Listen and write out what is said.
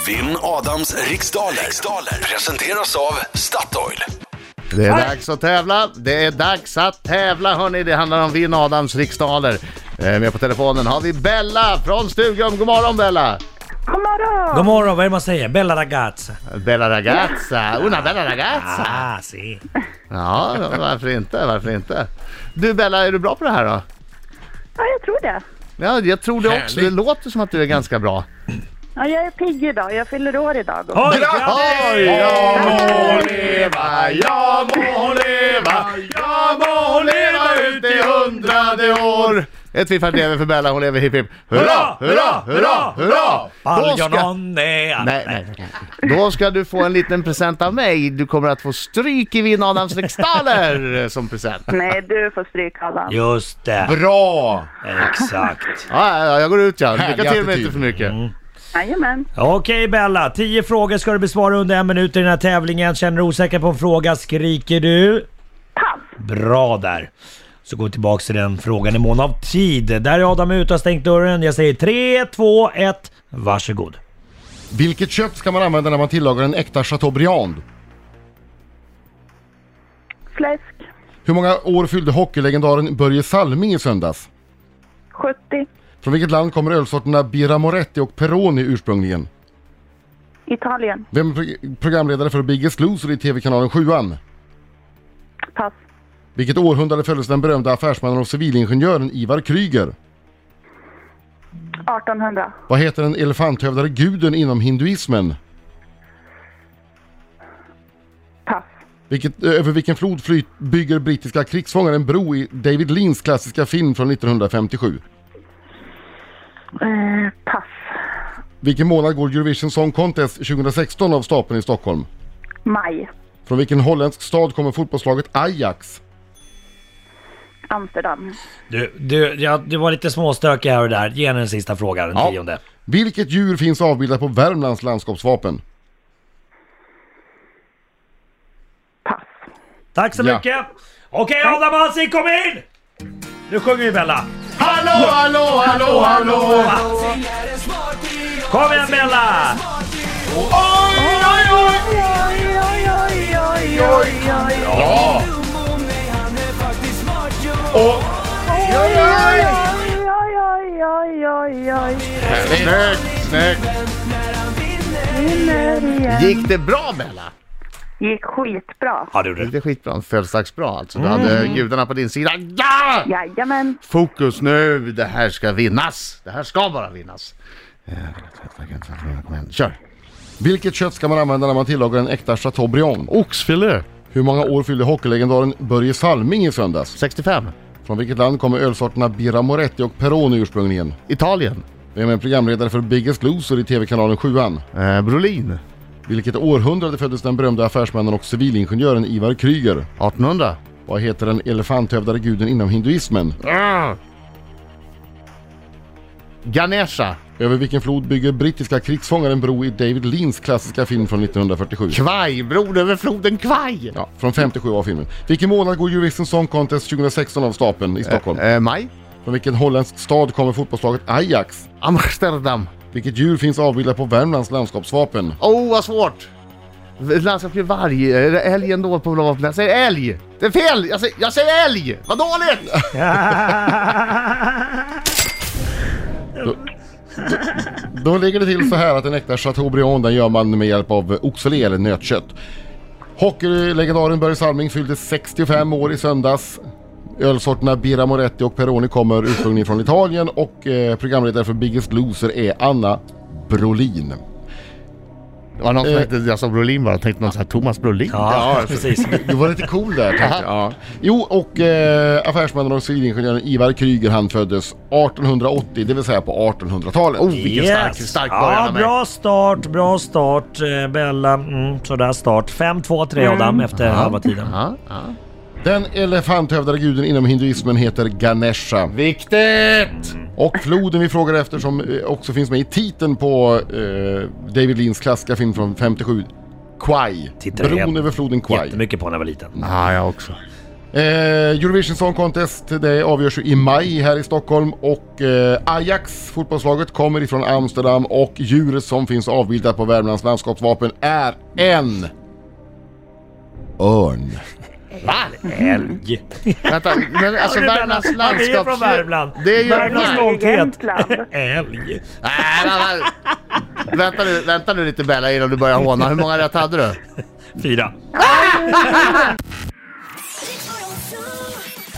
Vinn Adams riksdaler. Presenteras av Statoil. Det är dags att tävla. Det är dags att tävla, hörni. Det handlar om Vinn Adams riksdaler. Med på telefonen har vi Bella från studion. God morgon, Bella. God morgon. God morgon, vad är det man säger? Bella ragazza. Bella ragazza. Una bella ragazza. Ah, si. Ja, varför inte? Du, Bella, är du bra på det här då? Ja, jag tror det. Ja, jag tror det också. Det låter som att du är ganska bra. Ja, jag är pigg idag. Jag fyller år idag. Oj, Oj, jag må leva, jag må leva ut i 100:e år. Ett vi lever för Bella, hon lever hipp hipp. Hurra, hurra, hurra, hurra! Nej. Då ska du få en liten present av mig. Du kommer att få stryk i Vinn Adams riksdaler som present. Nej, du får stryka Adam. just det. Bra! Exakt. Ja, jag går ut, ja. Härlig Lycka till med attityd. inte för mycket. Jajamän. Okej, Bella, 10 frågor ska du besvara under 1 minut i den här tävlingen. Känner du osäker på en fråga, skriker du. Pass. Bra där. Så gå tillbaka till den frågan i mån av tid. Där är Adam ute och stängt dörren. Jag säger 3, 2, 1. Varsågod. Vilket kött ska man använda när man tillagar en äkta Chateaubriand? Fläsk. Hur många år fyllde hockeylegendaren Börje Salming i söndags? 70. Från vilket land kommer ölsorterna Birra Moretti och Peroni ursprungligen? Italien. Vem är programledare för Biggest Loser i tv-kanalen 7an? Pass. Vilket århundrade föddes den berömda affärsmannen och civilingenjören Ivar Kryger? 1800. Vad heter den elefanthövdade guden inom hinduismen? Pass. Över vilken flod bygger brittiska krigsfångar en bro i David Leans klassiska film från 1957? Pass. Vilken månad går Eurovision Song Contest 2016 av stapeln i Stockholm? Maj. Från vilken holländsk stad kommer fotbollslaget Ajax? Amsterdam. Det var lite småstökig här och där. Ge den sista frågan, den 10:e. Vilket djur finns avbildat på Värmlands landskapsvapen? Tack så Ja. mycket. Okej, Adam Alsing, kom in! Nu sjunger vi, Bella. Hallå, hallå, hallå, hallå! Kom igen, Bella! Oj, oj, oj! Ja! Snyggt! Gick det bra, Bella? Gick skitbra. Ja, du. Gick det skitbra? Födelsedagsbra alltså. Du hade gudarna på din sida. Ja! Jajamän. Fokus nu, det här ska vinnas. Det här ska bara vinnas. Kör. Vilket kött ska man använda när man tillagar en äkta Chateaubriand? Oxfilé. Hur många år fyllde hockeylegendaren Börje Salming i söndags? 65. Från vilket land kommer ölsorterna Birra Moretti och Peroni ursprungligen? Italien. Vem är programledare för Biggest Loser i tv-kanalen 7an? Brolin. Vilket århundrade föddes den berömda affärsmannen och civilingenjören Ivar Kryger? 1800. Vad heter den elefanthövdade guden inom hinduismen? Ganesha. Över vilken flod bygger brittiska krigsfångar en bro i David Leans klassiska film från 1947? Kvaj. Bron över floden Kvaj. Ja, från 57 av filmen. Vilken månad går Eurovision Song Contest 2016 av stapeln i Stockholm? Maj. Från vilken holländsk stad kommer fotbollslaget Ajax? Amsterdam. Vilket djur finns avbildat på Värmlands landskapsvapen? Vad svårt. Landskap är varg. Är det älgen då på blå? Jag säger älg. Det är fel. Jag säger älg. Vad dåligt. Då ligger det till så här att en äkta Chateaubriand den gör man med hjälp av oxfilé eller nötkött. Hockeylegendaren Börje Salming fyllde 65 år i söndags. Ölsorterna Birra Moretti och Peroni kommer ursprungligen från Italien och programledare för Biggest Loser är Anna Brolin. Det var någon som hette, jag sa Brolin bara, tänkte någon så här Thomas Brolin. Ja, precis. Du var lite cool där, tänkte jag. Ja. Jo, och affärsmannen och civilingenjören Ivar Kryger, han föddes 1880, det vill säga på 1800-talet. Vilken stark början med. Bra start, Bella. Sådär start. 5-2-3 Adam efter halva tiden. Ja. Den elefanthövdade guden inom hinduismen heter Ganesha. Viktigt! Och floden vi frågar efter som också finns med i titeln på David Leans klassiska film från 57, Kwai. Bron över floden Kwai. Jättemycket på när jag var liten. Ja, jag också. Eurovision Song Contest, det avgörs ju i maj här i Stockholm och Ajax, fotbollslaget, kommer ifrån Amsterdam och djuret som finns avbildat på Värmlands landskapsvapen är en örn. Va? Älg. Vänta, men alltså Värmlands Man är från Värmland. Det är ju Värmlands stolthet. Jämtland. Älg. Vänta nu lite Bella innan du börjar håna. Hur många rätt hade du? 4.